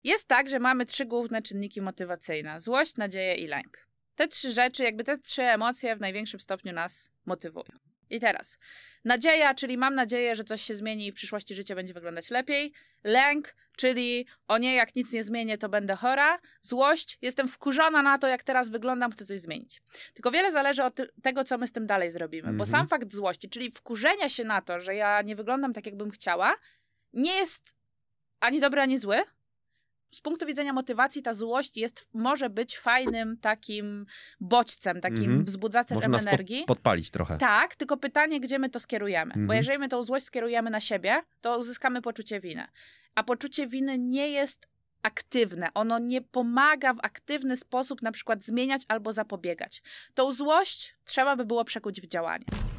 Jest tak, że mamy 3 główne czynniki motywacyjne. Złość, nadzieję i lęk. Te 3 rzeczy, jakby te 3 emocje w największym stopniu nas motywują. I teraz nadzieja, czyli mam nadzieję, że coś się zmieni i w przyszłości życie będzie wyglądać lepiej. Lęk, czyli o nie, jak nic nie zmienię, to będę chora. Złość, jestem wkurzona na to, jak teraz wyglądam, chcę coś zmienić. Tylko wiele zależy od tego, co my z tym dalej zrobimy. Bo sam fakt złości, czyli wkurzenia się na to, że ja nie wyglądam tak, jakbym chciała, nie jest ani dobry, ani zły. Z punktu widzenia motywacji ta złość może być fajnym takim bodźcem, takim wzbudzaczem energii. Podpalić trochę. Tak, tylko pytanie, gdzie my to skierujemy. Bo jeżeli my tą złość skierujemy na siebie, to uzyskamy poczucie winy. A poczucie winy nie jest aktywne. Ono nie pomaga w aktywny sposób na przykład zmieniać albo zapobiegać. Tą złość trzeba by było przekuć w działanie.